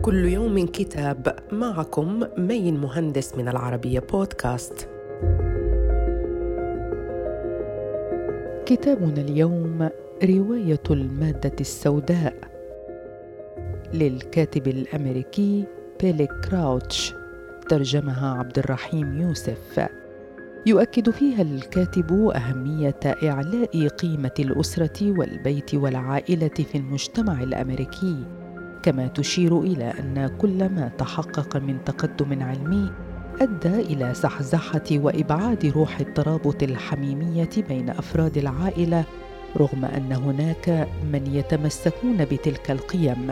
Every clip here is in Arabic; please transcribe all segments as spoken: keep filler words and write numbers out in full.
كل يوم كتاب، معكم مين مهندس من العربية بودكاست. كتابنا اليوم رواية المادة السوداء للكاتب الأمريكي بيلي كراوتش، ترجمها عبد الرحيم يوسف. يؤكد فيها الكاتب أهمية إعلاء قيمة الأسرة والبيت والعائلة في المجتمع الأمريكي، كما تشير إلى أن كل ما تحقق من تقدم علمي أدى إلى زحزحة وإبعاد روح الترابط الحميمية بين أفراد العائلة، رغم أن هناك من يتمسكون بتلك القيم.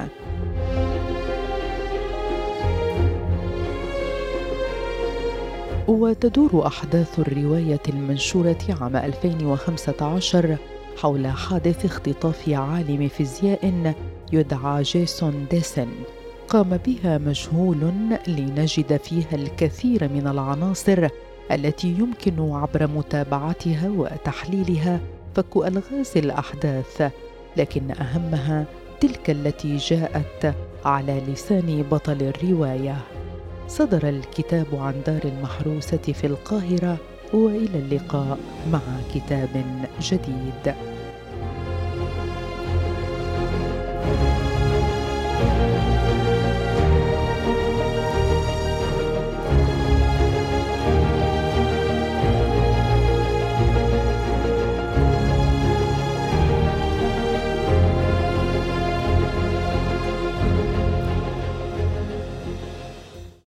وتدور أحداث الرواية المنشورة عام ألفين وخمسة عشر حول حادث اختطاف عالم فيزياء يدعى جيسون ديسن، قام بها مجهول لنجد فيها الكثير من العناصر التي يمكن عبر متابعتها وتحليلها فك ألغاز الأحداث، لكن أهمها تلك التي جاءت على لسان بطل الرواية. صدر الكتاب عن دار المحروسة في القاهرة، وإلى اللقاء مع كتاب جديد.